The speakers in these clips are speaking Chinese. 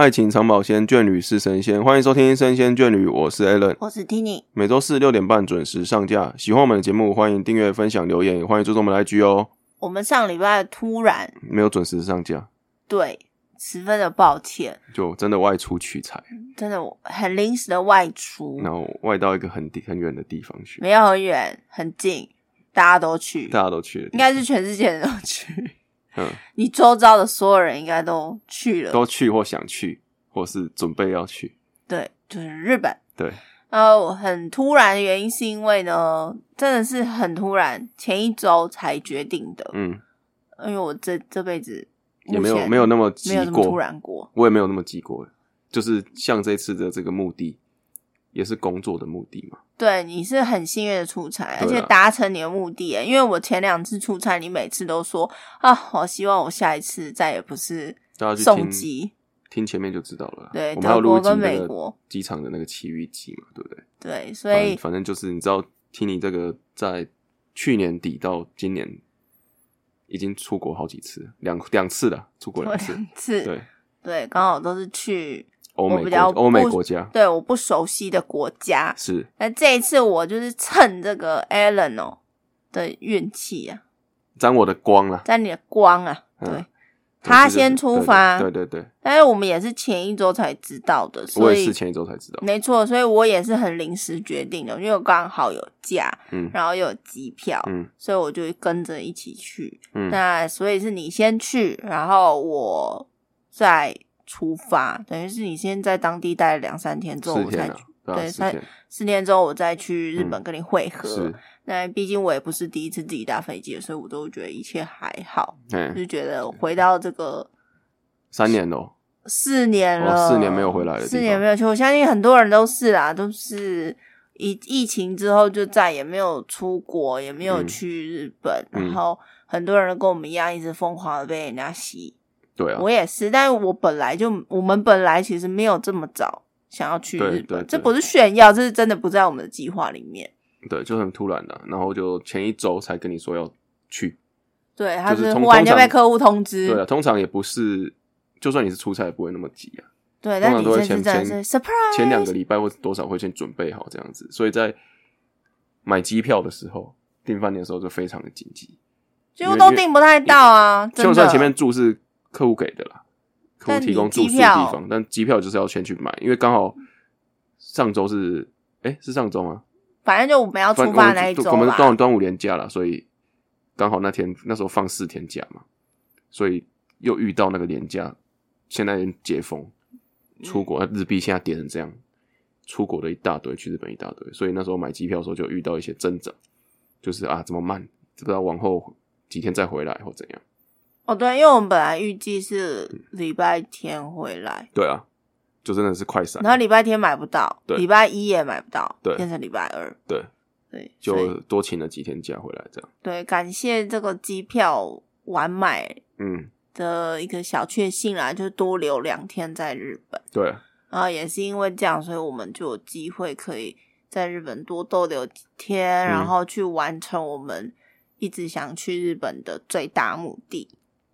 爱情长保鲜，眷侣是神仙。欢迎收听生鲜眷侣，我是 Alan， 我是 Tini， 每周四6点半准时上架。喜欢我们的节目，欢迎订阅、分享、留言，也欢迎追踪我们的 IG 哦。 我们上礼拜突然没有准时上架， 对，十分的抱歉， 就真的外出取材， 真的很临时的外出， 然后外到一个很远的地方去， 没有很远，很近，大家都去， 大家都去了， 应该是全世界人都去。 嗯， 你周遭的所有人应该都去了， 都去或想去，或是准备要去。 对，就是日本。 对， 很突然的原因是因为呢，真的是很突然，前一周才决定的。因为我这辈子也没有那么急过， 没有那么突然过， 我也没有那么急过，就是像这次的这个目的，也是工作的目的嘛。 对，你是很幸运的出差，而且达成你的目的耶。因为我前2次出差，你每次都说啊，我希望我下一次再也不是送机。 听前面就知道了。 对， 我们还有录跟美国机场的那个奇遇记嘛，对不对？ 对，所以反正就是你知道，听你这个在去年底到今年已经出国好几次，两次了，出国2次。 对，刚好都是去欧美国家， 对，我不熟悉的国家是。 那这一次我就是趁这个 Alan 的运气啊， 沾我的光啊， 沾你的光啊，对。他先出发， 对， 但是我们也是前一周才知道的，所以我也是前一周才知道， 没错，所以我也是很临时决定的，因为我刚好有假，然后又有机票，所以我就跟着一起去，那所以是你先去，然后我再出发，等于是你先在当地待了2-3天之后我再去，对，4天之后我再去日本跟你会合。那毕竟我也不是第一次自己搭飞机，所以我都觉得一切还好，就觉得回到这个 3年了 ，4年了 ，4年没有回来的地方，4 年没有去，我相信很多人都是啦，都是疫情之后就再也没有出国，也没有去日本，然后很多人都跟我们一样，一直疯狂的被人家吸。 对啊， 我也是，但是我们本来其实没有这么早想要去日本，这不是炫耀，这是真的不在我们的计划里面。 对，就很突然的，然后就前一周才跟你说要去。对， 他是忽然就被客户通知。 对啊，通常也不是，就算你是出差也不会那么急啊。 对，但你这次真的是 surprise， 前2个礼拜或多少会先准备好这样子，所以在买机票的时候、订饭店的时候就非常的紧急， 几乎都订不太到啊。 就算前面住是客户给的啦，客户提供住宿的地方，但机票就是要先去买，因为刚好上周是上周吗？ 反正就我们要出发那一周吧， 我们端午连假啦，所以刚好那时候放4天假嘛，所以又遇到那个连假，现在解封，出国日币现在跌成这样，出国的一大堆，去日本一大堆，所以那时候买机票的时候就遇到一些挣扎，就是怎么慢，不知道往后几天再回来或怎样。 对，因为我们本来预计是礼拜天回来， 对啊。就真的是快闪， 然后礼拜天买不到，礼拜1也买不到， 对， 变成礼拜2， 对，就多请了几天假回来这样。 对，感谢这个机票晚买的一个小确幸啦，就多留2天在日本。 对， 然后也是因为这样，所以我们就有机会可以在日本多逗留几天，然后去完成我们一直想去日本的最大目的。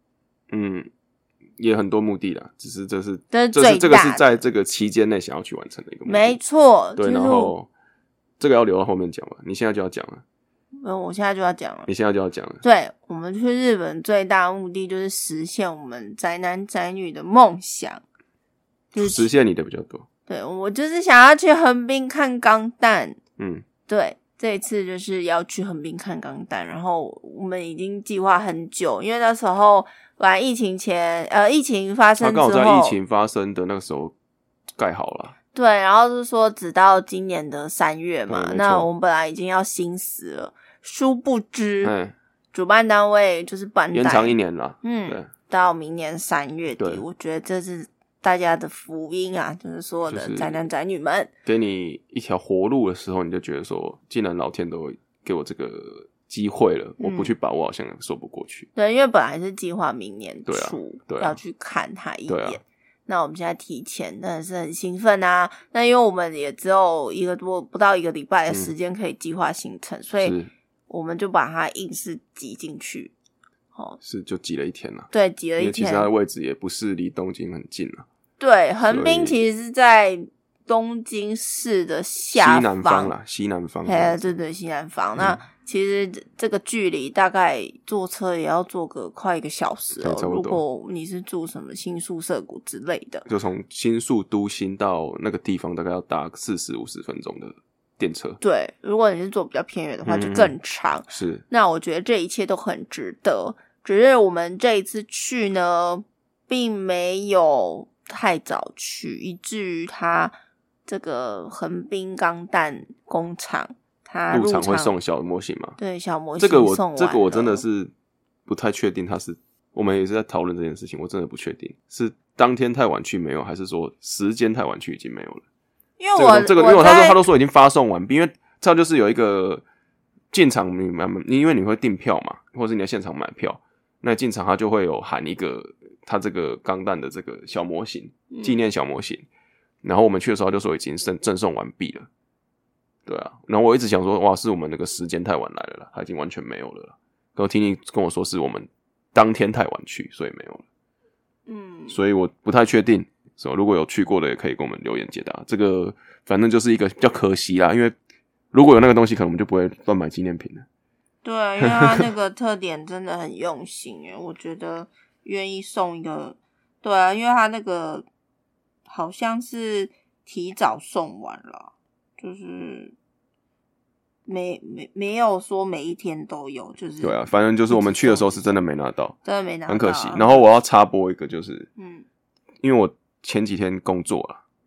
也很多目的啦，只是这是这个是在这个期间内想要去完成的一个目的。 没错， 对，然后这个要留到后面讲吧，你现在就要讲了。 我现在就要讲了。 你现在就要讲了。 对，我们去日本最大的目的就是实现我们宅男宅女的梦想， 就是实现你的比较多。 对，我就是想要去横滨看钢弹。对，这一次就是要去横滨看钢弹，然后我们已经计划很久，因为那时候本来疫情发生之后， 他刚好在疫情发生的那个时候盖好了。 对，然后是说直到今年的3月嘛，那我们本来已经要新死了，殊不知主办单位就是延长1年了， 对，到明年3月底，我觉得这是大家的福音啊，就是所有的宅男宅女们给你一条活路的时候，你就觉得说，既然老天都给我这个机会了，我不去把握好像说不过去。 对，因为本来是计划明年初要去看他一眼，那我们现在提前真的是很兴奋啊。那因为我们也只有不到1个礼拜的时间可以计划行程，所以我们就把它硬是挤进去。 是就挤了1天啦。 对，挤了1天。 因为其实它的位置也不是离东京很近啦。 对，横滨其实是在东京市的下西南方啦，西南方。 对，西南方。那其实这个距离大概坐车也要坐个快1个小时哦。如果你是住什么新宿涩谷之类的， 就从新宿都心到那个地方大概要搭40-50分钟的电车。 对，如果你是坐比较偏远的话就更长。 是。 那我觉得这一切都很值得，只是我们这一次去呢并没有太早去，以至于它这个横滨钢弹工厂它入场会送小模型吗？ 对，小模型送完这个我真的是不太确定，我们也是在讨论这件事情，我真的不确定是当天太晚去没有，还是说时间太晚去已经没有了。 因为我他都说已经发送完毕，因为这就是有一个进场因为你会订票嘛，或者你在现场买票，那进场他就会有喊一个他这个钢弹的这个小模型，纪念小模型。然后我们去的时候他就说已经赠送完毕了。对啊，然后我一直想说哇，是我们那个时间太晚来了啦，他已经完全没有了啦。然后听你跟我说是我们当天太晚去，所以没有了。所以我不太确定，如果有去过的也可以跟我们留言解答。这个反正就是一个比较可惜啦，因为如果有那个东西可能我们就不会乱买纪念品了。 对，因为他那个特点真的很用心耶，我觉得愿意送一个。对啊，因为他那个好像是提早送完了，就是没有说每一天都有，就是对啊，反正就是我们去的时候是真的没拿到， 真的没拿到， 很可惜。然后我要插播一个，就是因为我前几天工作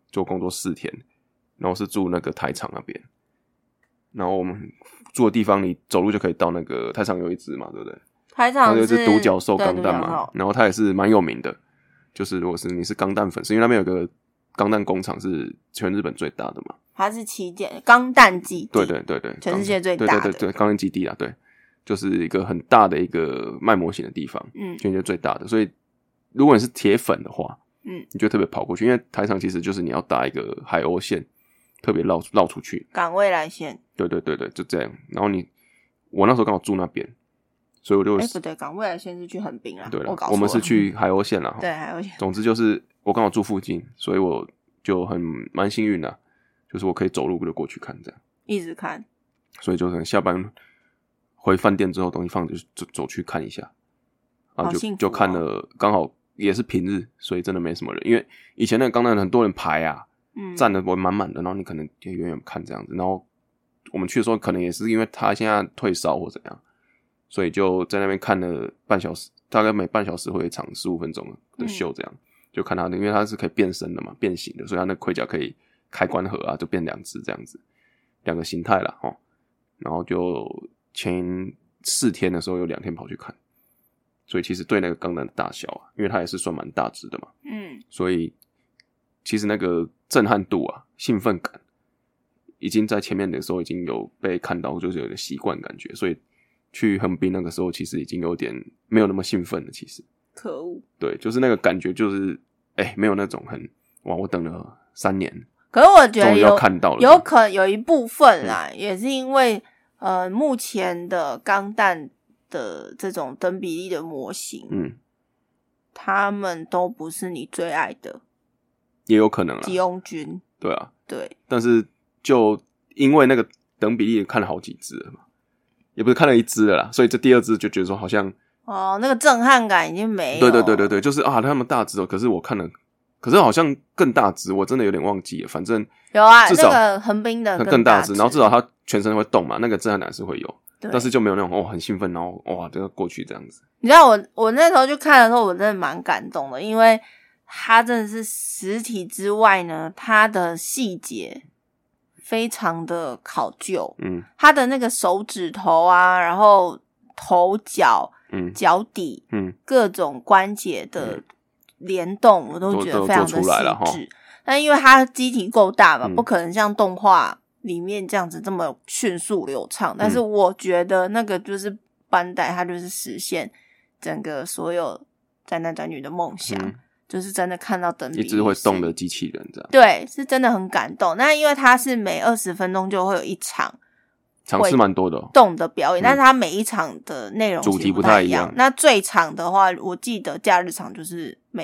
4天，然后是住那个台场那边，然后我们住的地方你走路就可以到那个台场有一只嘛，对不对？ 台场有一只独角兽钢弹嘛，然后它也是蛮有名的，就是如果是你是钢弹粉丝，因为那边有个钢弹工厂是全日本最大的嘛， 它是旗舰钢弹基地， 对， 全世界最大的， 对，钢弹基地啦，对，就是一个很大的一个卖模型的地方，全世界最大的，所以如果你是铁粉的话，你就特别跑过去，因为台场其实就是你要搭一个海鸥线，特别绕出去， 赶未来线， 对，就这样。然后我那时候刚好住那边，所以我就不对，赶未来线是去横滨啦， 对了，我们是去海鸥线啦， 对，海鸥线。 总之就是我刚好住附近，所以我就蛮幸运的，就是我可以走路就过去看，这样一直看， 所以就可能下班回饭店之后东西放就走去看一下，啊，就看了，刚好也是平日，所以真的没什么人，因为以前那个钢弹很多人排啊，站的满满的，然后你可能就远远看这样子，然后我们去的时候可能也是因为他现在退烧或怎样，所以就在那边看了半小时，大概每半小时会有一场15分钟的秀，这样就看他的，因为他是可以变身的嘛，变形的，所以他那盔甲可以开关盒啊，就变2只这样子，2个形态啦齁，然后就前4天的时候有2天跑去看，所以其实对那个钢弹的大小啊，因为它也是算蛮大只的嘛，所以其实那个震撼度啊，兴奋感已经在前面的时候已经有被看到，就是有点习惯感觉，所以去横滨那个时候其实已经有点没有那么兴奋了，其实可恶， 对，就是那个感觉就是没有那种哇我等了3年， 可是我觉得终于要看到了， 有可能有一部分啦，也是因为目前的钢弹的这种等比例的模型，他们都不是你最爱的， 也有可能啦， 吉翁君， 对啊， 对， 但是就因为那个等比例看了好几只了嘛，也不是看了1只了啦，所以这第2只就觉得说好像那个震撼感已经没有， 对，就是啊他们大只可是我看了，可是好像更大只，我真的有点忘记了，反正有啊，那个横滨的更大只，然后至少它全身会动嘛，那个震撼感是会有，但是就没有那种很兴奋，然后哇这个过去这样子。 你知道我那时候去看的时候，我真的蛮感动的，因为它真的是实体之外呢，它的细节非常的考究，它的那个手指头啊，然后头脚，脚底，各种关节的联动，我都觉得非常的细致。但因为它机体够大嘛，不可能像动画里面这样子这么迅速流畅。但是我觉得那个就是班代，它就是实现整个所有宅男宅女的梦想，就是真的看到等比例一直会动的机器人这样。 对，是真的很感动。那因为它是每20分钟就会有一场。 场次蛮多的动的表演，但是它每一场的内容主题不太一样。 那最长的话，我记得假日场就是每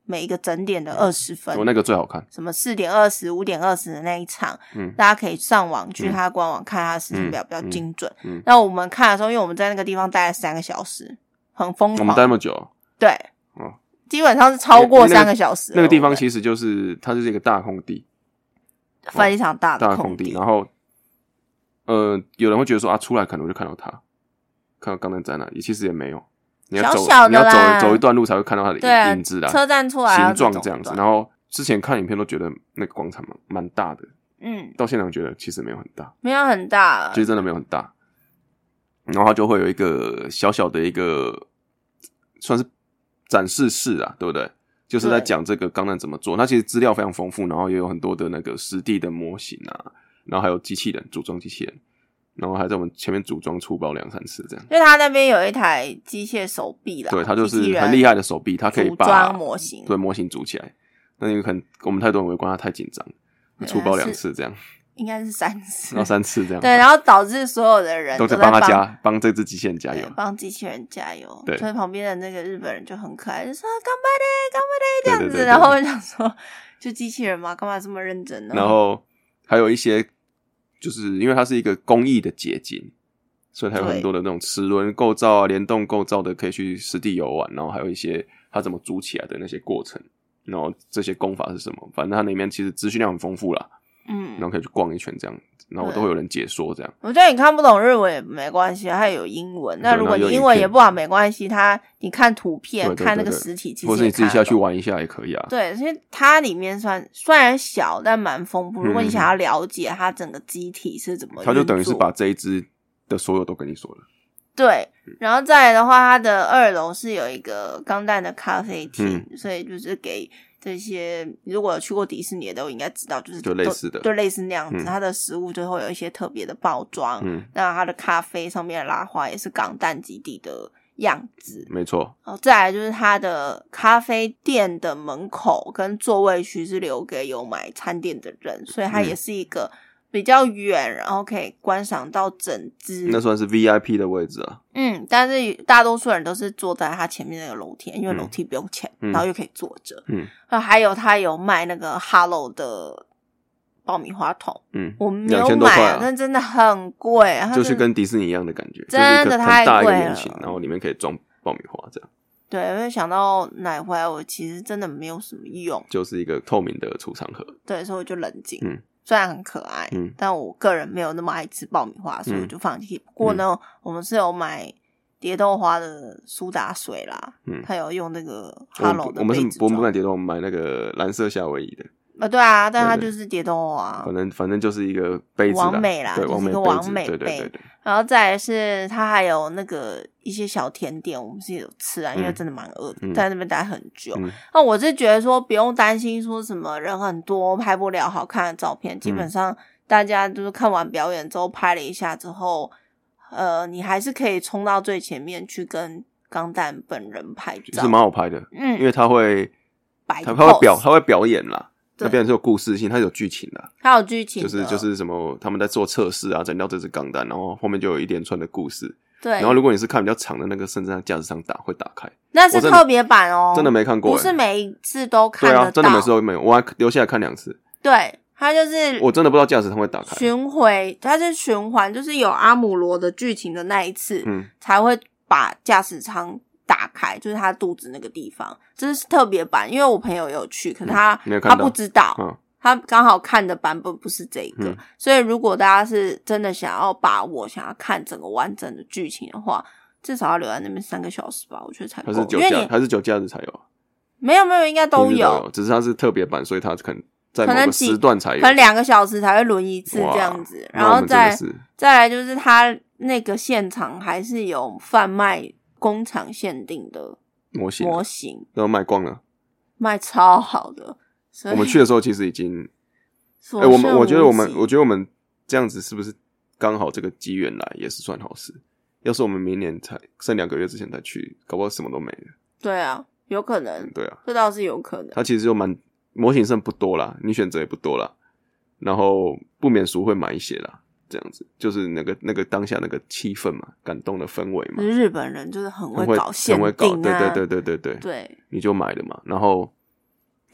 每一个整点的20分， 那个最好看， 什么4:20、5:20的那一场，大家可以上网去他官网看他的时间表比较精准。那我们看的时候，因为我们在那个地方待了3个小时，很疯狂。 我们待那么久？ 对，基本上是超过3个小时。 那个地方其实就是它就是一个大空地， 非常大的空地。然后，有人会觉得说啊，出来可能我就看到他，看到钢弹在那里，其实也没有。你要走一段路才会看到它的影子啦， 车站出来形状这样子。然后之前看影片都觉得那个广场蛮大的，到现场觉得其实没有很大， 没有很大， 其实真的没有很大。然后它就会有一个小小的一个算是展示室啊，对不对？就是在讲这个钢弹怎么做。它其实资料非常丰富，然后也有很多的那个实地的模型啊，然后还有机器人，组装机器人。然后还在我们前面组装出包2-3次这样， 因为他那边有一台机械手臂啦， 对，他就是很厉害的手臂，他可以把组装模型， 对模型组起来。那因为可能我们太多人围观，他太紧张，出包2次这样， 应该是3次， 然后3次这样， 对，然后导致所有的人都在帮这只机器人加油， 帮机器人加油。 对， 所以旁边的那个日本人就很可爱，就说干巴嘞这样子，然后我想说，就机器人嘛，干嘛这么认真呢？ 然后还有一些。就是因为它是一个工艺的结晶，所以它有很多的那种齿轮构造啊、联动构造的，可以去实地游玩。然后还有一些它怎么组起来的那些过程，然后这些功法是什么，反正它里面其实资讯量很丰富啦。然后可以去逛一圈这样，然后都会有人解说这样。 我觉得你看不懂日文也没关系，它有英文。那如果你英文也不好没关系，你看图片看那个实体，其实或是你自己下去玩一下也可以啊。 对，所以它里面虽然小，但蛮丰富。如果你想要了解它整个机体是怎么运作， 它就等于是把这一支的所有都跟你说了。 对，然后再来的话，它的2楼是有一个钢弹的咖啡厅，所以就是给这些如果有去过迪士尼的都应该知道，就类似的， 就类似那样子。它的食物就会有一些特别的包装，那它的咖啡上面的拉花也是钢弹基地的样子， 没错。 然后再来就是它的咖啡店的门口跟座位区是留给有买餐点的人，所以它也是一个比较远，然后可以观赏到整只， 那算是 VIP 的位置啊。 但是大多数人都是坐在它前面那个楼梯，因为楼梯不用钱，然后又可以坐着。还有它有卖那个 Hello 的爆米花桶，我没有买，但真的很贵， 就是跟迪士尼一样的感觉， 真的太贵了。 然后里面可以装爆米花这样。 对，因为想到买回来我其实真的没有什么用， 就是一个透明的储藏盒。 对，所以我就冷静。虽然很可爱，但我个人没有那么爱吃爆米花，所以我就放弃。不过呢，我们是有买蝶豆花的苏打水啦，他有用那个 Hello 的杯子装。 我们不买蝶豆，我们买那个蓝色夏威夷的。 对啊，但它就是蝶豆花， 反正就是一个杯子啦， 完美啦，就是一个完美杯。对。然后再来是它还有那个一些小甜点，我们是有吃啊，因为真的蛮饿的，在那边待很久。那我是觉得说不用担心说什么人很多拍不了好看的照片，基本上大家就是看完表演之后拍了一下之后，你还是可以冲到最前面去跟钢弹本人拍照， 是蛮好拍的。因为他会表演啦。那边是有故事性，它有剧情的， 它有剧情的， 就是什么他们在做测试啊，整到这只钢弹，然后后面就有一连串的故事。 对， 然后如果你是看比较长的那个，甚至在架子上会打开， 那是特别版哦， 真的没看过， 不是每一次都看得到， 对啊，真的每次都没有，我还留下来看2次。 对，它就是我真的不知道架子上会打开， 它是循环，就是有阿姆罗的剧情的那一次，才会把驾驶舱打开，就是他肚子那个地方，这是特别版。因为我朋友有去，可是他不知道，他刚好看的版本不是这个，所以如果大家是真的想要把握，想要看整个完整的剧情的话，至少要留在那边3个小时吧，我觉得才够。 还是9假日才有？ 没有，应该都有， 只是它是特别版，所以它可能在某个时段才有， 可能2个小时才会轮一次这样子。然后再来就是他那个现场还是有贩卖工厂限定的模型， 都卖光了， 卖超好的。 我们去的时候其实已经，我觉得我们这样子是不是刚好这个机缘来也是算好事？要是我们明年才剩2个月之前才去，搞不好什么都没了。 对啊，有可能。 对啊， 这倒是有可能。 它其实就模型剩不多啦，你选择也不多啦，然后不免俗会买一些啦。这样子就是那个当下那个气氛嘛，感动的氛围嘛。 日本人就是很会搞限定啊， 对，你就买了嘛。然后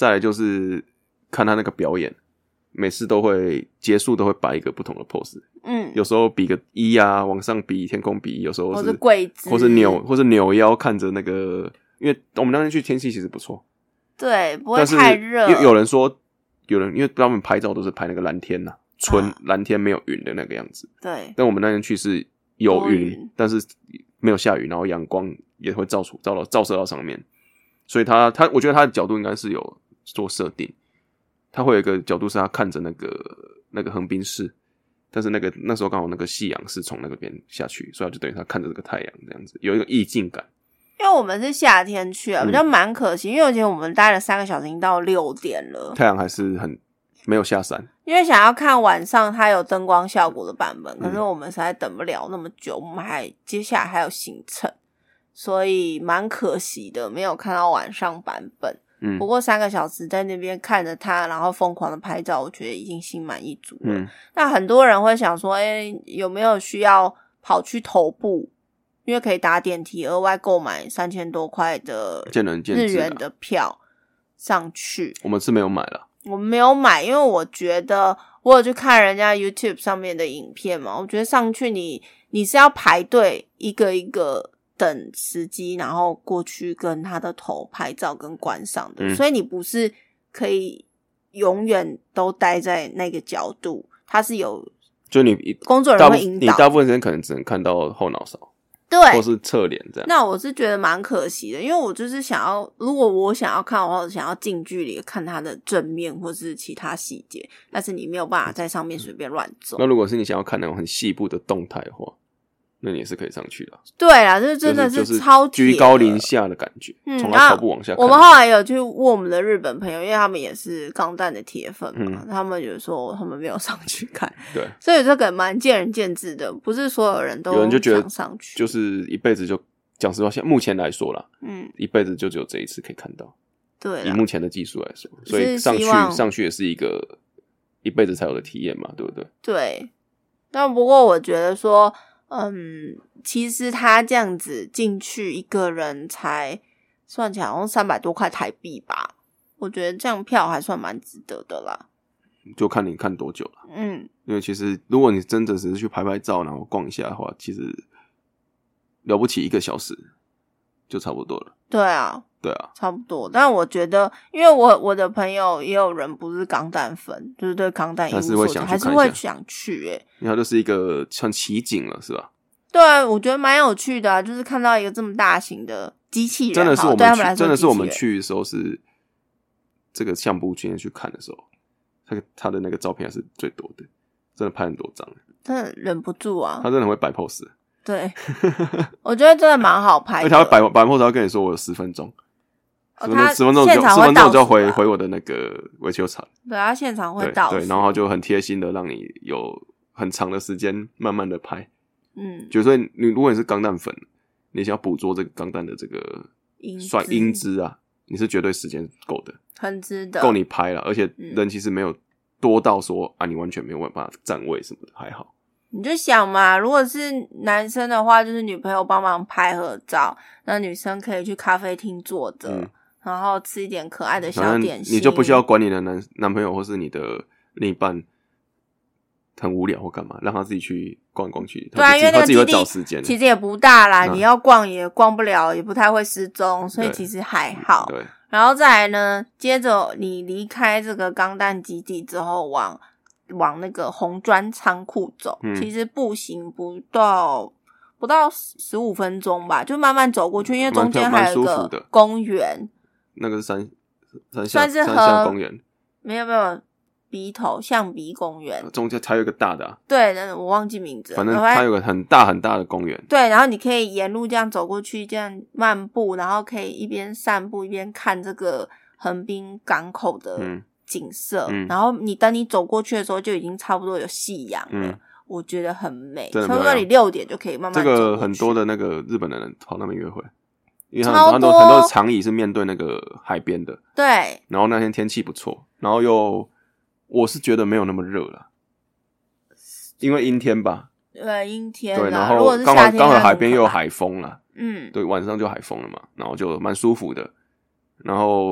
再来就是看他那个表演，每次都会结束都会摆一个不同的 pose， 有时候比个一啊，往上比天空比，有时候是跪姿， 或是扭腰看着那个，因为我们那天去天气其实不错， 对，不会太热。 因为有人说，因为他们拍照都是拍那个蓝天呐，纯蓝天没有云的那个样子， 对。 但我们那天去是有云，但是没有下雨，然后阳光也会照射到上面，所以我觉得他的角度应该是有做设定，他会有一个角度是他看着那个横滨市，但是那时候刚好那个夕阳是从那个边下去，所以他就等于他看着这个太阳这样子，有一个意境感。 因为我们是夏天去比较蛮可惜，因为而且我们待了3个小时，已经到6点了， 太阳还是很没有下山。 因为想要看晚上它有灯光效果的版本，可是我们实在等不了那么久，我们接下来还有行程，所以蛮可惜的，没有看到晚上版本。不过3个小时在那边看着它，然后疯狂的拍照，我觉得已经心满意足了。那很多人会想说，有没有需要跑去头部？因为可以搭电梯，额外购买3000多块的日元的票上去。 我们是没有买啦， 我们没有买，因为我觉得我有去看人家 YouTube 上面的影片嘛，我觉得上去你是要排队一个一个等时机，然后过去跟他的头拍照跟观赏的，所以你不是可以永远都待在那个角度，它是有就你工作人员会引导， 你大部分时间可能只能看到后脑勺。 对， 或是侧脸这样。 那我是觉得蛮可惜的，因为我就是想要，如果我想要看的话，我想要近距离看它的正面或是其他细节，但是你没有办法在上面随便乱走。 那如果是你想要看那种很细部的动态的话，那你也是可以上去的。 对啦，这真的是超居高临下的感觉，从他头部往下看。 我们后来有去问我们的日本朋友，因为他们也是钢弹的铁粉嘛，他们有说他们没有上去看， 对， 所以这个蛮见仁见智的，不是所有人都有人就觉得上去， 就是一辈子就讲实话，目前来说啦，一辈子就只有这一次可以看到。 对， 以目前的技术来说，所以上去也是一个一辈子才有的体验嘛，对不对？ 对，但不过我觉得说。其实他这样子进去一个人才算起来好像300多块台币吧，我觉得这样票还算蛮值得的啦。 就看你看多久了。因为其实如果你真的只是去拍拍照然后逛一下的话，其实了不起1个小时就差不多了。 对啊，差不多。但我觉得因为我的朋友也有人不是钢弹粉，就是对钢弹还是会想去因为它就是一个很奇景了，是吧？ 对，我觉得蛮有趣的就是看到一个这么大型的机器人， 真的是我们对他们来说， 真的是我们去的时候是这个相簿今天去看的时候，他的那个照片还是最多的，真的拍很多张， 真的忍不住啊！ 他真的很会摆 pose。 对，我觉得真的蛮好拍的。 而且他摆 pose， 他跟你说我有10分钟，10分钟就要回我的那个维修厂。 对，他现场会倒数， 对，然后就很贴心的让你有很长的时间慢慢的拍。就所以你如果你是钢弹粉，你想要捕捉这个钢弹的这个英姿啊，你是绝对时间够的， 很值得， 够你拍了。而且人其实没有多到说你完全没有办法站位什么的，还好。 你就想嘛，如果是男生的话，就是女朋友帮忙拍合照，那女生可以去咖啡厅坐着，然后吃一点可爱的小点心， 你就不需要管你的男朋友或是你的另一半很无聊或干嘛，让他自己去逛逛去。 对啊，因为那个基地找时间其实也不大啦，你要逛也逛不了，也不太会失踪，所以其实还好。 对， 然后再来呢，接着你离开这个钢弹基地之后，往那个红砖仓库走，其实步行不到15分钟吧，就慢慢走过去，因为中间还有一个公园， 那个是三算是项公园， 没有象鼻公园， 中间还有一个大的对，我忘记名字了， 反正它有个很大很大的公园， 对，然后你可以沿路这样走过去，这样漫步，然后可以一边散步一边看这个横滨港口的景色，然后等你走过去的时候就已经差不多有夕阳了，我觉得很美，差不多你6点就可以慢慢走过去。 这个很多的那个日本的人跑那边约会，因为很多长椅是面对那个海边的， 对， 然后那天天气不错，然后我是觉得没有那么热啦，因为阴天吧， 对，阴天， 对，然后刚好海边又有海风啦，对，晚上就海风了嘛，然后就蛮舒服的，然后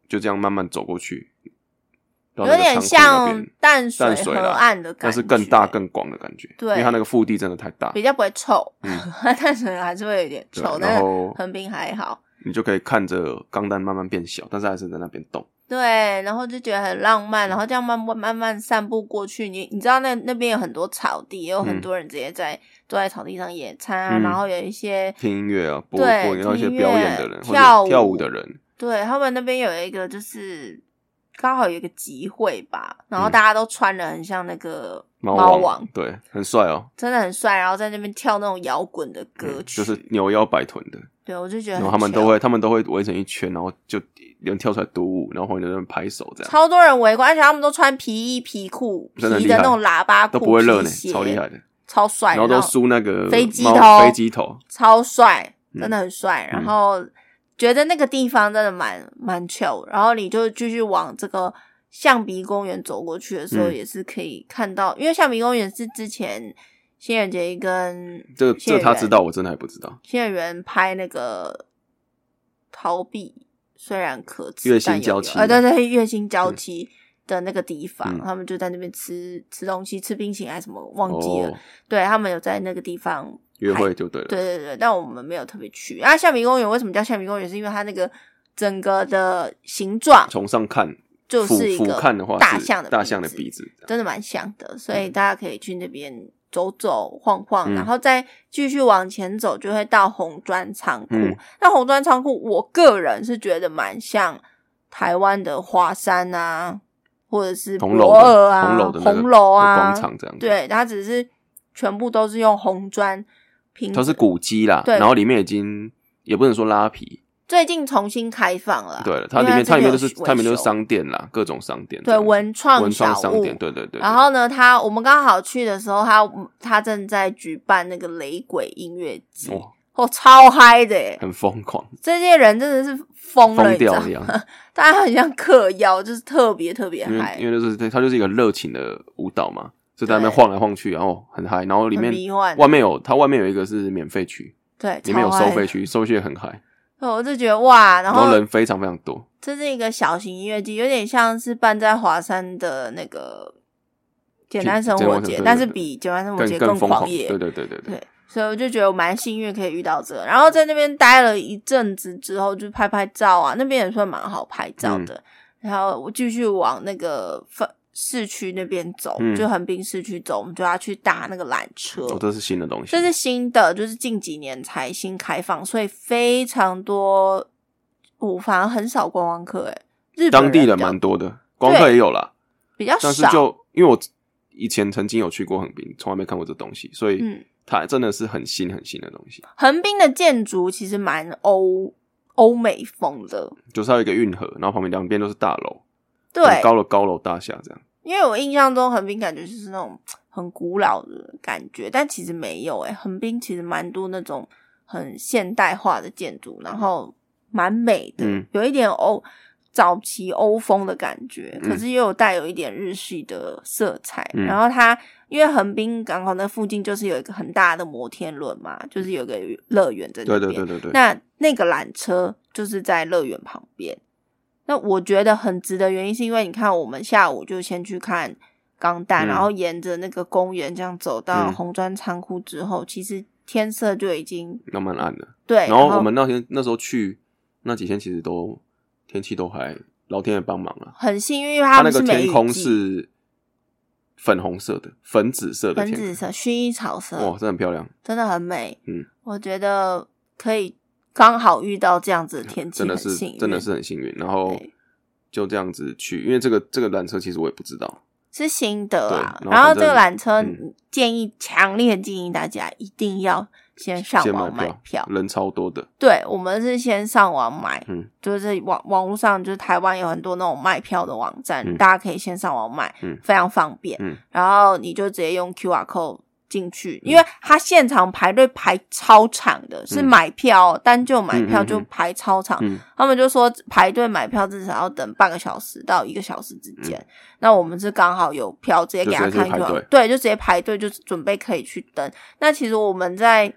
就这样慢慢走过去， 有点像淡水河岸的感觉， 但是更大更广的感觉。 对， 因为它那个腹地真的太大， 比较不会臭。淡水河还是会有点臭，但是横滨还好。 你就可以看着钢弹慢慢变小，但是还是在那边动。 对，然后就觉得很浪漫，然后这样慢慢散步过去。你知道那边有很多草地，也有很多人直接坐在草地上野餐啊，然后有一些听音乐啊，播一些表演的人， 跳舞的人。 对，他们那边有一个就是刚好有一个集会吧，然后大家都穿得很像那个猫王， 对，很帅哦， 真的很帅。然后在那边跳那种摇滚的歌曲， 就是扭腰摆臀的。 对，我就觉得很， 然后他们都会围成一圈，然后就有人跳出来独舞，然后后面有人拍手，这样超多人围观，而且他们都穿皮衣皮裤，皮的那种喇叭裤， 都不会热呢，超厉害的， 超帅。 然后都梳那个飞机头，超帅，真的很帅。然后觉得那个地方真的蛮 chill， 然后你就继续往这个象鼻公园走过去的时候，也是可以看到，因为象鼻公园是之前新垣结衣跟这个他知道，我真的还不知道。 新垣结衣拍那个逃避虽然可耻， 月薪娇妻， 对，月薪娇妻的那个地方，他们就在那边吃东西，吃冰淇淋还是什么忘记了。对，他们有在那个地方约会就对了。 对，但我们没有特别去。象鼻公园为什么叫象鼻公园？是因为它那个整个的形状， 从上看就是一个俯瞰的话大象的鼻子， 真的蛮像的，所以大家可以去那边走走晃晃，然后再继续往前走，就会到红砖仓库。那红砖仓库，我个人是觉得蛮像台湾的华山啊，或者是博尔啊、红楼啊广场这样。 对，它只是全部都是用红砖拼， 它是古迹啦，然后里面已经也不能说拉皮。 最近重新开放了， 对了，它里面就是商店啦，各种商店， 对，文创商店，对。 然后呢，我们刚好去的时候，他正在举办那个雷鬼音乐季，超嗨的耶， 很疯狂。 这些人真的是疯掉一样， 大家很像嗑药，就是特别嗨。 因为它就是一个热情的舞蹈嘛，就在那边晃来晃去，然后很嗨。然后里面外面有一个是免费区， 对， 里面有收费区，收费也很嗨。 我就觉得哇，然后人非常非常多。 这是一个小型音乐季，有点像是办在华山的那个简单生活节，但是比简单生活节更狂野。对，所以我就觉得我蛮幸运可以遇到这个。然后在那边待了一阵子之后，就拍照啊，那边也算蛮好拍照的。然后我继续往那个市区那边走，就横滨市区走，我们就要去搭那个缆车。 这是新的东西， 这是新的，就是近几年才新开放，所以非常多，反而很少观光客日本人当地人蛮多的，观光客也有啦， 比较少。 但是就因为我以前曾经有去过横滨，从来没看过这东西，所以它真的是很新的东西。 横滨的建筑其实蛮欧美风的， 就是它有一个运河，然后旁边两边都是大楼， 对， 很高的高楼大厦这样。 因为我印象中横滨感觉就是那种很古老的感觉，但其实没有横滨其实蛮多那种很现代化的建筑，然后蛮美的，有一点早期欧风的感觉，可是又有带有一点日系的色彩。然后它因为横滨港口那附近就是有一个很大的摩天轮嘛，就是有一个乐园在那边， 对。 那个缆车就是在乐园旁边。那我觉得很值得，原因是因为你看，我们下午就先去看钢弹，然后沿着那个公园这样走到红砖仓库之后，其实天色就已经慢慢暗了。 对， 然后我们那时候去那几天，其实天气都还老天爷帮忙啊， 很幸运，因为它那个天空是粉红色的、粉紫色的天空， 粉紫色、薰衣草色， 哇，真的很漂亮， 真的很美。我觉得可以。刚好遇到这样子的天气， 真的是很幸运。然后就这样子去，因为这个缆车其实我也不知道是新的啊。然后这个缆车强烈建议大家一定要先上网买票， 人超多的。 对，我们是先上网买，就是网络上就是台湾有很多那种卖票的网站，大家可以先上网买，非常方便。然后你就直接用 QR code。进去，因为他现场排队排超长的，是买票单就买票就排超长。他们就说排队买票至少要等半个小时到1个小时之间。那我们是刚好有票，直接给他看票，对，就直接排队，就准备可以去登。那其实我们在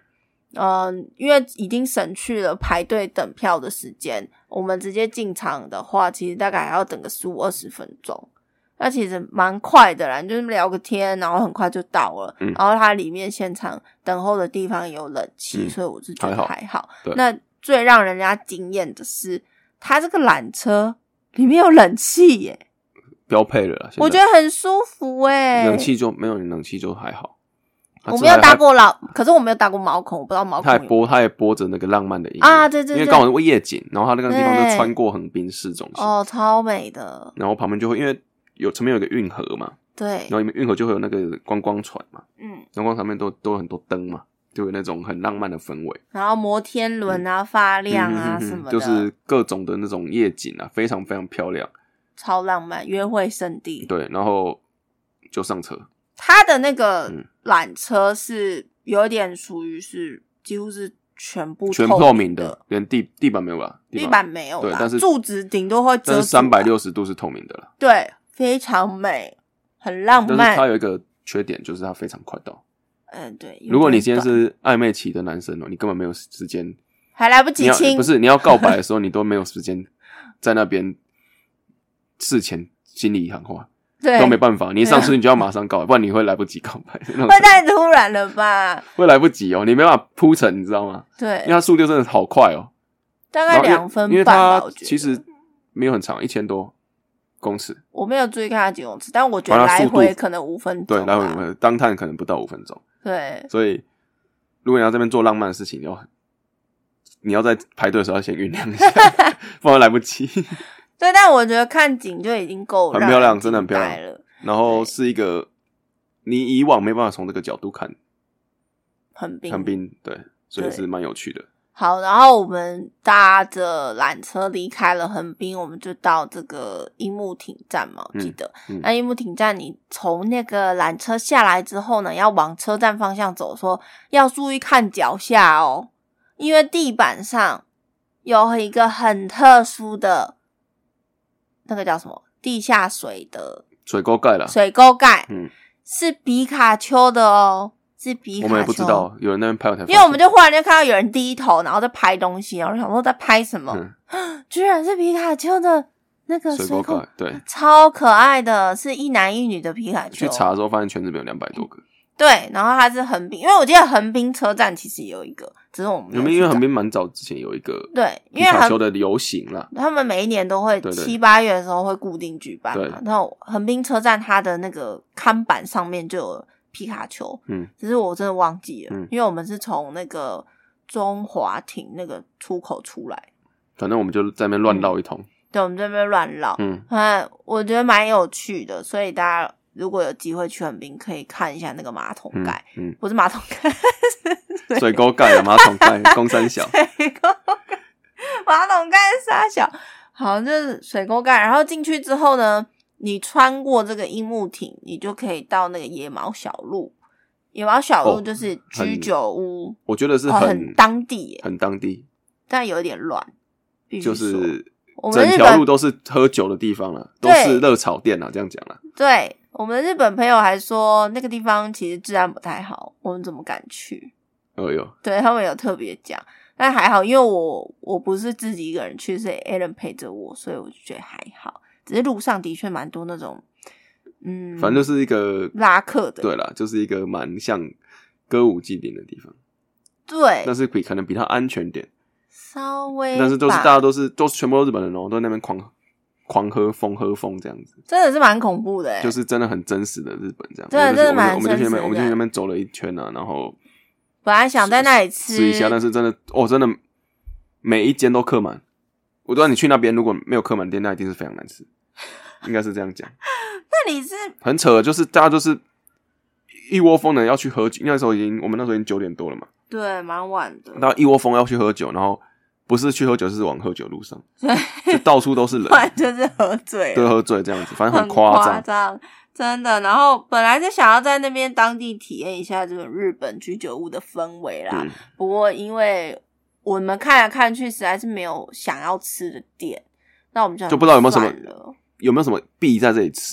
因为已经省去了排队等票的时间，我们直接进场的话，其实大概还要等个15-20分钟。那其实蛮快的啦，就是聊个天，然后很快就到了。然后它里面现场等候的地方也有冷气，所以我是觉得还好。那最让人家惊艳的是，它这个缆车里面有冷气耶， 标配了啦。 我觉得很舒服耶。 冷气就没有，冷气就还好。 我没有搭过可是我没有搭过毛孔，我不知道毛孔他也播着那个浪漫的音乐啊，对， 因为刚好是夜景，然后他那个地方就穿过横滨市中心， 超美的。 然后旁边就会因为前面有个运河嘛， 对， 然后运河就会有那个观光船嘛，观光船面都有很多灯嘛，就有那种很浪漫的氛围。 然后摩天轮啊，发亮啊什么的， 就是各种的那种夜景啊，非常非常漂亮， 超浪漫，约会圣地。 对，然后就上车。 它的那个缆车是有点属于是几乎是全透明的， 连地板没有吧？ 地板没有啦， 对，但是柱子顶多会遮住， 但是360度是透明的啦。 对，非常美，很浪漫。 但是它有一个缺点，就是它非常快到。 对。 如果你今天是暧昧期的男生你根本没有时间， 还来不及亲， 不是你要告白的时候，你都没有时间在那边事前心里喊话。 对， 都没办法，你一上车你就要马上告白，不然你会来不及告白。 会太突然了吧？ 会来不及你没办法铺陈，你知道吗？ 对， 因为它速度真的好快大概2分半吧， 因为它其实没有很长，1000多公尺。 我没有注意看它几公尺，但我觉得来回可能5分钟。 对，来回5分钟，当趟可能不到5分钟。 对， 所以如果你要这边做浪漫的事情，你要在排队的时候要先酝酿一下，不然来不及。 对，但我觉得看景就已经够很漂亮，真的很漂亮了。 然后是一个你以往没办法从这个角度看横滨，对，所以是蛮有趣的。 好，然后我们搭着缆车离开了横滨，我们就到这个樱木町站嘛，我记得。那樱木町站，你从那个缆车下来之后呢，要往车站方向走，说要注意看脚下因为地板上有一个很特殊的。那个叫什么？地下水的水沟盖啦， 水沟盖，是皮卡丘的是皮卡丘。 我们也不知道，有人那边拍我才发现， 因为我们就忽然就看到有人低头，然后在拍东西，然后想说在拍什么，居然是皮卡丘的那个水沟盖，对， 超可爱的，是一男一女的皮卡丘。 去查的时候发现全日本有200多个。 对，然后它是横滨，因为我记得横滨车站其实也有一个，只是我们因为横滨蛮早之前有一个对皮卡丘的游行啦， 他们每一年都会7-8月的时候会固定举办嘛。然后横滨车站它的那个看板上面就有皮卡丘，只是我真的忘记了，因为我们是从那个中华町那个出口出来， 反正我们就在那边乱绕一通。 对，我们在那边乱绕，我觉得蛮有趣的，所以大家。如果有机会去横滨，可以看一下那个马桶盖，不是马桶盖， 水沟盖啊，马桶盖，公三小， 水沟盖，马桶盖三小，好，就是水沟盖。然后进去之后呢，你穿过这个樱木町，你就可以到那个野毛小路。野毛小路就是居酒屋， 我觉得是很当地耶， 很当地， 但有点乱， 就是整条路都是喝酒的地方啦，都是热炒店啦，这样讲啦。 对。我们的日本朋友还说那个地方其实治安不太好，我们怎么敢去？对，他们有特别讲，但还好，因为我不是自己一个人去，是 Alan 陪着我，所以我就觉得还好。只是路上的确蛮多那种， 反正就是一个拉客的， 对啦，就是一个蛮像歌舞伎町的地方。 对， 但是可能比它安全点， 稍微， 但是大家都是全部都日本人都在那边狂喝风这样子， 真的是蛮恐怖的就是真的很真实的日本这样。 真的蛮真实的。 我们就去那边走了一圈啊，然后本来想在那里吃一下，但是真的真的每一间都客满。我知道你去那边如果没有客满店，那一定是非常难吃，应该是这样讲。 那你是很扯，就是大家就是一窝蜂的要去喝酒，因为我们那时候已经9点多了嘛， 对，蛮晚的。 然后一窝蜂要去喝酒，然后。不是去喝酒，是往喝酒路上，就到处都是人， 就是喝醉了， 对，喝醉这样子，反正很夸张，真的。然后本来是想要在那边当地体验一下这种日本居酒屋的氛围啦，不过因为我们看来看去，实在是没有想要吃的店，那我们就不知道有没有什么必在这里吃不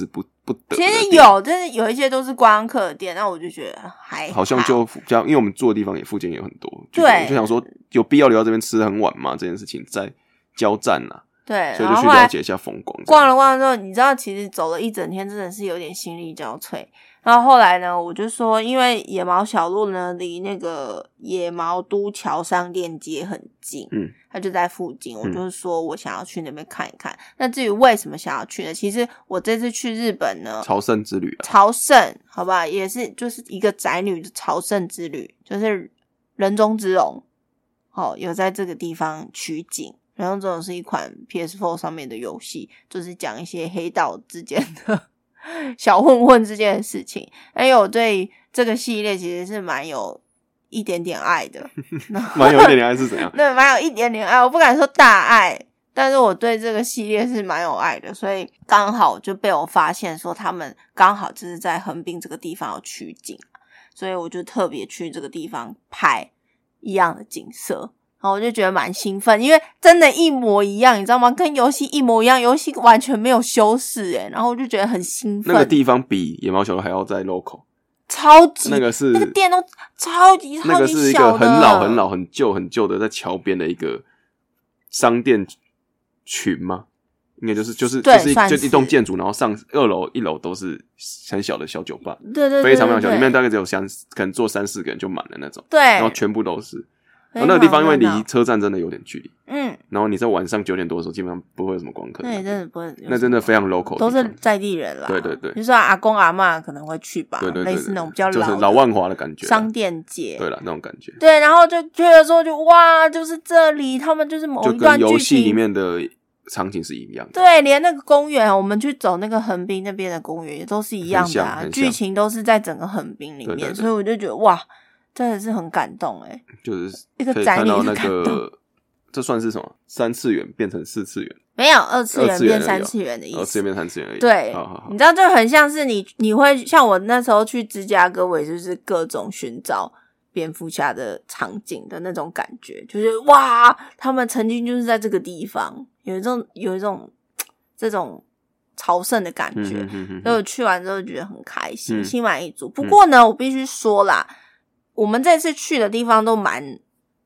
不得的。 其实有，但是有一些都是观光客的店，那我就觉得还好像就因为我们住的地方也附近也有很多， 对， 我就想说有必要留到这边吃很晚吗？这件事情在交战啊。 对， 所以就去了解一下风光。 逛了逛之后，你知道，其实走了一整天，真的是有点心力交瘁。然后后来呢，我就说，因为野毛小路呢，离那个野毛都桥商店街很近，它就在附近。我就是说我想要去那边看一看。那至于为什么想要去呢？其实我这次去日本呢， 朝圣之旅啊， 朝圣，好吧，也是就是一个宅女的朝圣之旅，就是人中之龙，有在这个地方取景。然后这种是一款 PS4 上面的游戏，就是讲一些黑道之间的小混混之间的事情。而且我对这个系列其实是蛮有一点点爱的。 蛮有一点点爱是怎样？ 对，蛮有一点点爱，我不敢说大爱，但是我对这个系列是蛮有爱的，所以刚好就被我发现说他们刚好就是在横滨这个地方有取景，所以我就特别去这个地方拍一样的景色。然后我就觉得蛮兴奋，因为真的一模一样，你知道吗？跟游戏一模一样，游戏完全没有修饰然后我就觉得很兴奋。 那个地方比野毛小路还要再 local， 超级那个店都超级那个是一个很老很老很旧的在桥边的一个商店群吗？应该就是一栋建筑，然后上2楼1楼都是很小的小酒吧， 对， 非常非常小，里面大概只有可能坐3-4个人就满了那种， 对， 然后全部都是。那个地方因为离车站真的有点距离，然后你在晚上9点多的时候，基本上不会有什么观光客， 那真的不会， 那真的非常 local， 都是在地人啦。 对对对， 比如说阿公阿嬷可能会去吧， 对， 类似那种比较就是老万华的感觉， 商店街， 对啦，那种感觉。 对，然后就去的时候就哇，就是这里，他们就是某一段剧情， 就跟游戏里面的场景是一样的。 对，连那个公园，我们去走那个横滨那边的公园也都是一样的啊，剧情都是在整个横滨里面， 对， 所以我就觉得哇。真的是很感动就是一个宅女的感动。 这算是什么？3次元变成4次元？ 没有2次元变3次元的意思。 2次元变3次元而已。 对， 好你知道就很像是你会像我那时候去芝加哥，我也就是各种寻找蝙蝠侠的场景的那种感觉，就是哇，他们曾经就是在这个地方有一种这种朝圣的感觉，所以我去完之后觉得很开心，心满意足。不过呢，我必须说啦。我们这次去的地方都蛮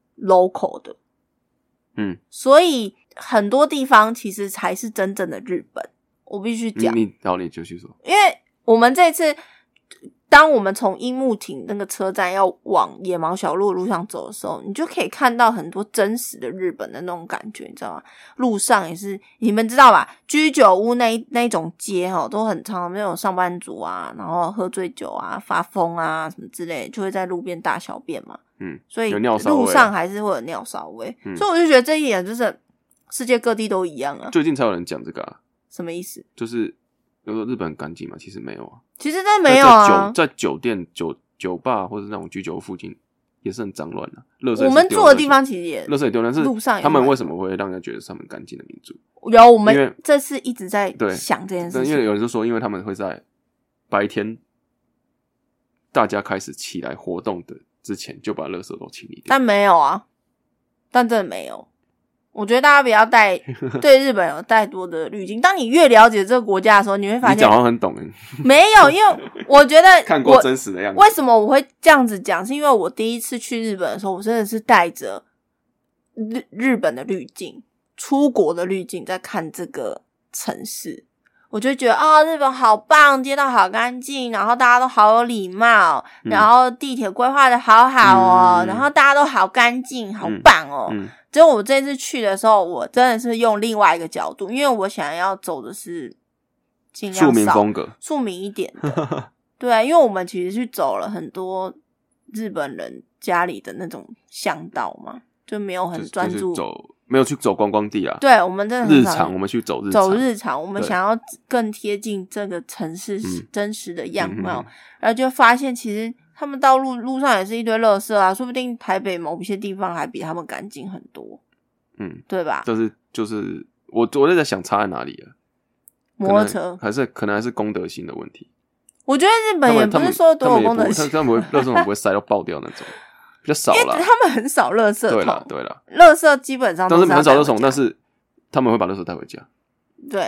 local 的，所以很多地方其实才是真正的日本。我必须讲， 你就去说， 因为我们这次，当我们从樱木町那个车站要往野毛小路路上走的时候，你就可以看到很多真实的日本的那种感觉，你知道吗？路上也是，你们知道吧？居酒屋那一种街都很常那种上班族啊，然后喝醉酒啊、发疯啊什么之类的，就会在路边大小便嘛。所以路上还是会有尿骚味。所以我就觉得这一点就是世界各地都一样啊。 最近才有人讲这个啊？什么意思？ 就是有说日本很干净嘛？其实没有啊。 其实真的没有啊， 在酒店、酒吧或者那种居酒屋附近也是很脏乱的。 我们住的地方其实也垃圾也丢，但是路上他们为什么会让人家觉得是他们干净的民族？ 有，我们这次一直在想这件事情。 因为有人就说，因为他们会在白天大家开始起来活动的之前就把垃圾都清理掉。 但没有啊，但真的没有。我觉得大家不要对日本有太多的滤镜。当你越了解这个国家的时候，你会发现你讲话很懂没有，因为我觉得看过真实的样子。 为什么我会这样子讲？是因为我第一次去日本的时候，我真的是带着日本的滤镜、出国的滤镜在看这个城市。我就觉得日本好棒，街道好干净，然后大家都好有礼貌，然后地铁规划的好好然后大家都好干净，好棒只有我这次去的时候，我真的是用另外一个角度，因为我想要走的是尽量庶民风格， 庶民一点的。对，因为我们其实去走了很多日本人家里的那种巷道嘛，就没有很专注没有去走观光地啊。 对，我们真的很日常，我们去走日常， 我们想要更贴近这个城市真实的样貌，然后就发现其实他们道路上也是一堆垃圾啊，说不定台北某些地方还比他们干净很多，对吧？ 就是我在想差在哪里啊？ 摩托车可能还是公德心的问题。 我觉得日本也不是说多有公德心， 他们垃圾桶不会塞到爆掉那种。比较少啦， 他们很少垃圾桶。 对啦， 垃圾基本上都是很少垃圾桶，但是他们会把垃圾带回家。 对，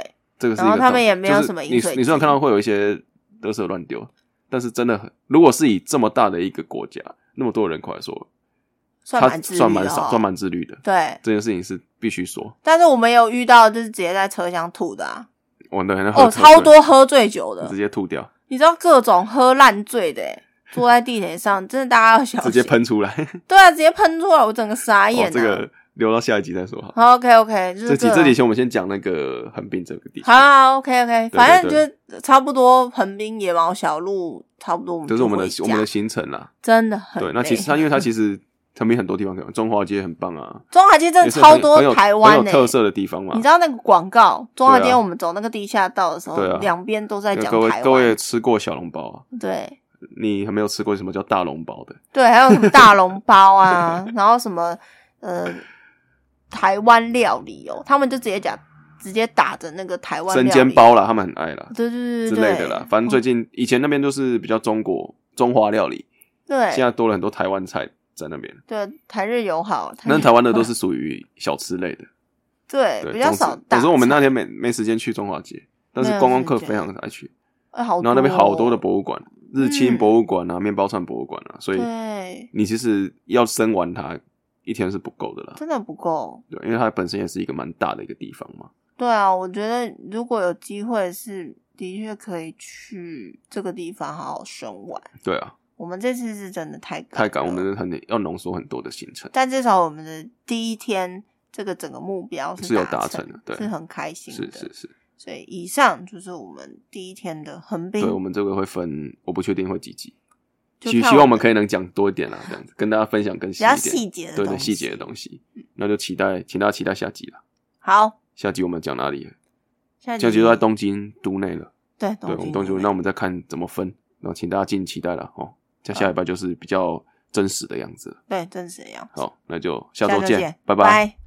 这个是一个， 然后他们也没有什么饮水机， 你虽然看到会有一些垃圾乱丢，但是真的如果是以这么大的一个国家，那么多人口来说， 算蛮自律的。 对， 这件事情是必须说。 但是我们有遇到就是直接在车厢吐的啊。 对， 超多喝醉酒的， 直接吐掉。 你知道各种喝烂醉的坐在地铁上，真的大家要小心， 直接喷出来。 对啊，直接喷出来，我整个傻眼这个留到下一集再说好。OK， 就是这集前我们先讲那个横滨这个地方。 好 OK， 反正就差不多横滨野毛小路，差不多我们就是我们的行程啦。 真的很累。 对，那其实因为它其实横滨很多地方可以玩，中华街很棒啊。 中华街真的超多台湾很有特色的地方嘛。 你知道那个广告，中华街我们走那个地下道的时候，两边都在讲台湾。 各位吃过小笼包啊？ 对。 你还没有吃过什么叫大笼包的？ 对，还有什么大笼包啊，然后什么台湾料理他们就直接打着那个台湾料理生煎包啦，他们很爱啦， 对之类的啦。反正最近以前那边都是比较中华料理， 对， 现在多了很多台湾菜在那边。 对，台日友好。 但台湾的都是属于小吃类的， 对，比较少大菜。 总之我们那天没时间去中华街，但是观光客非常爱去。然后那边好多的博物馆。日清博物馆啊，面包串博物馆啊，所以你其实要深玩它一天是不够的啦， 真的不够。 对，因为它本身也是一个蛮大的一个地方嘛。 对啊，我觉得如果有机会是的确可以去这个地方好好深玩。 对啊， 我们这次是真的太赶，我们要浓缩很多的行程， 但至少我们的第一天这个整个目标是有达成的，对， 是很开心的， 是。 所以以上就是我们第一天的横滨。 对，我们这个会分，我不确定会几集，希望我们可以能讲多一点啦，这样子跟大家分享更细一点， 比较细节的对细节的东西。那就请大家期待下集了。 好， 下集我们讲哪里了？ 下集就在东京都内了。 对， 我们东京，那我们再看怎么分，然后请大家敬请期待了哦。下礼拜就是比较真实的样子， 对，真实的样子。 好，那就下周见，拜拜。